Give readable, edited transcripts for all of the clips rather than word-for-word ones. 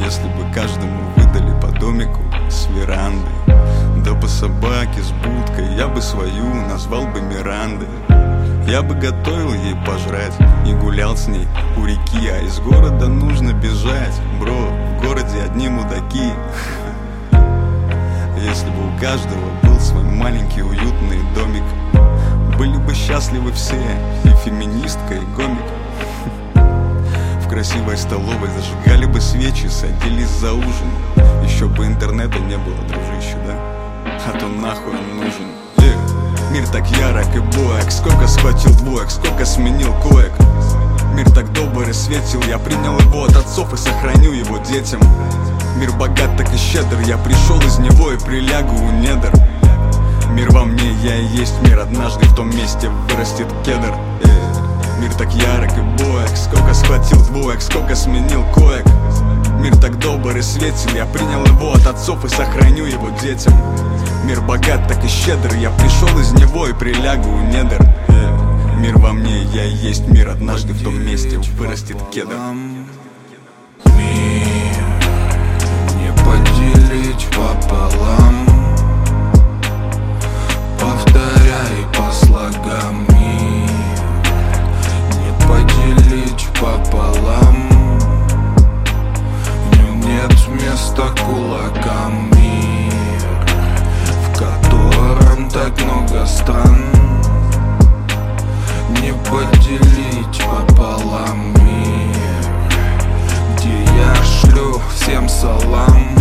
Если бы каждому выдали по домику с верандой, да по собаке с будкой, я бы свою назвал бы Мирандой. Я бы готовил ей пожрать и гулял с ней у реки. А из города нужно бежать, бро, в городе одни мудаки. Если бы у каждого был свой маленький уютный домик, были бы счастливы все, и феминистка, и гомик. В красивой столовой зажигали бы свечи, садились за ужин. Еще бы интернета не было, дружище, да? А то нахуй он нужен. Мир так ярок и боек, сколько схватил двоек, сколько сменил коек. Мир так добр и светил, я принял его от отцов и сохраню его детям. Мир богат, так и щедр, я пришел из него и прилягу у недр. Мир во мне, я и есть мир, однажды в том месте вырастет кедр. Мир так ярок и боек, сколько схватил двоек, сколько сменил коек. Мир так добр и светил, я принял его от отцов и сохраню его детям. Мир богат, так и щедр, я пришел из него и прилягу у недр. Мир во мне, я и есть мир, однажды в том месте вырастет кедр. Мир не поделить пополам, повторяй по слогам. Мир не поделить пополам, в нем нет места кулакам. Мир, в котором так много стран, не поделить пополам. Мир, где я шлю всем салам,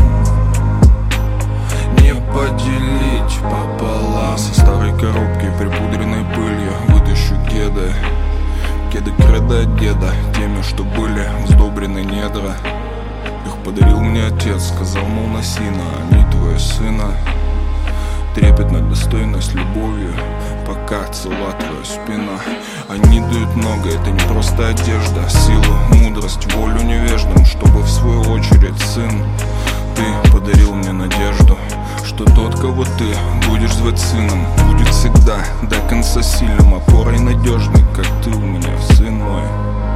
не поделить пополам. Со старой коробки, припудренной пылью, вытащу кеды. Кеды кредо от деда, теми, что были сдобрены недра. Их подарил мне отец, сказал, мол, носи на они твои сына. Трепетно, достойно, с любовью, пока цела твоя спина. Они дают много, это не просто одежда, силу, мудрость, волю невеждам, чтобы в свою очередь, сын, ты подарил мне надежду, что тот, кого ты будешь звать сыном, будет всегда до конца сильным, опорой надежной, как ты у меня, сын мой.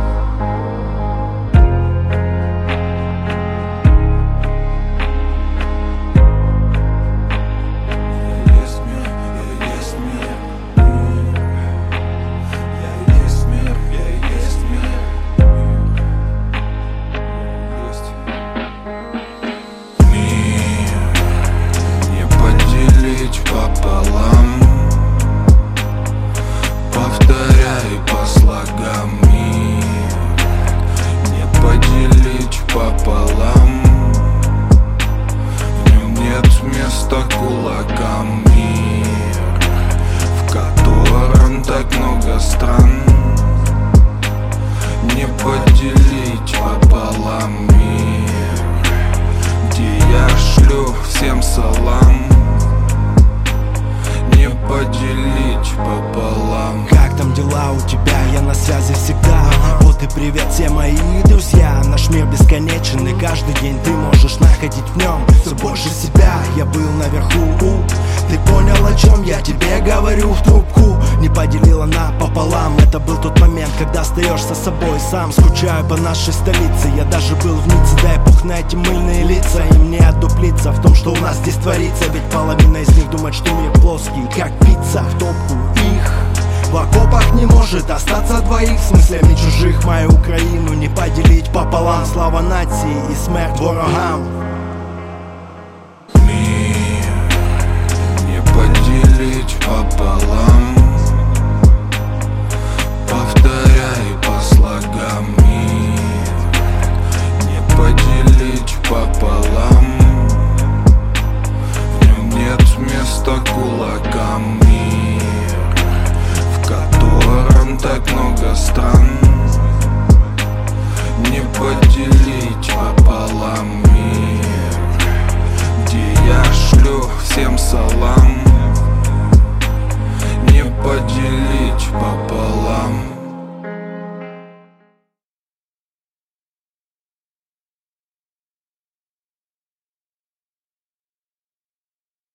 Пополам, повторяй по слогам. Мир не поделить пополам, в нем нет места кулакам. Мир, в котором так много стран, не поделить пополам. Мир, где я шлю всем салам, не поделить пополам. Как там дела у тебя? Я на связи всегда. Вот и привет все мои друзья. Наш мир бесконечен, и каждый день ты можешь находить в нем все больше себя. Я был наверху, ты понял, о чем я тебе говорю в трубку. Не поделила напополам. Это был тот момент, когда остаешься собой сам. Скучаю по нашей столице. Я даже был в Ницце, дай бог на эти мыльные лица. Им не отдуплиться в том, что у нас здесь творится. Ведь половина из них думает, что мир плоский, как пицца. В топку их в окопах не может остаться двоих. С мыслями чужих мою Украину не поделить пополам. Слава нации и смерть ворогам. Мир не поделить пополам,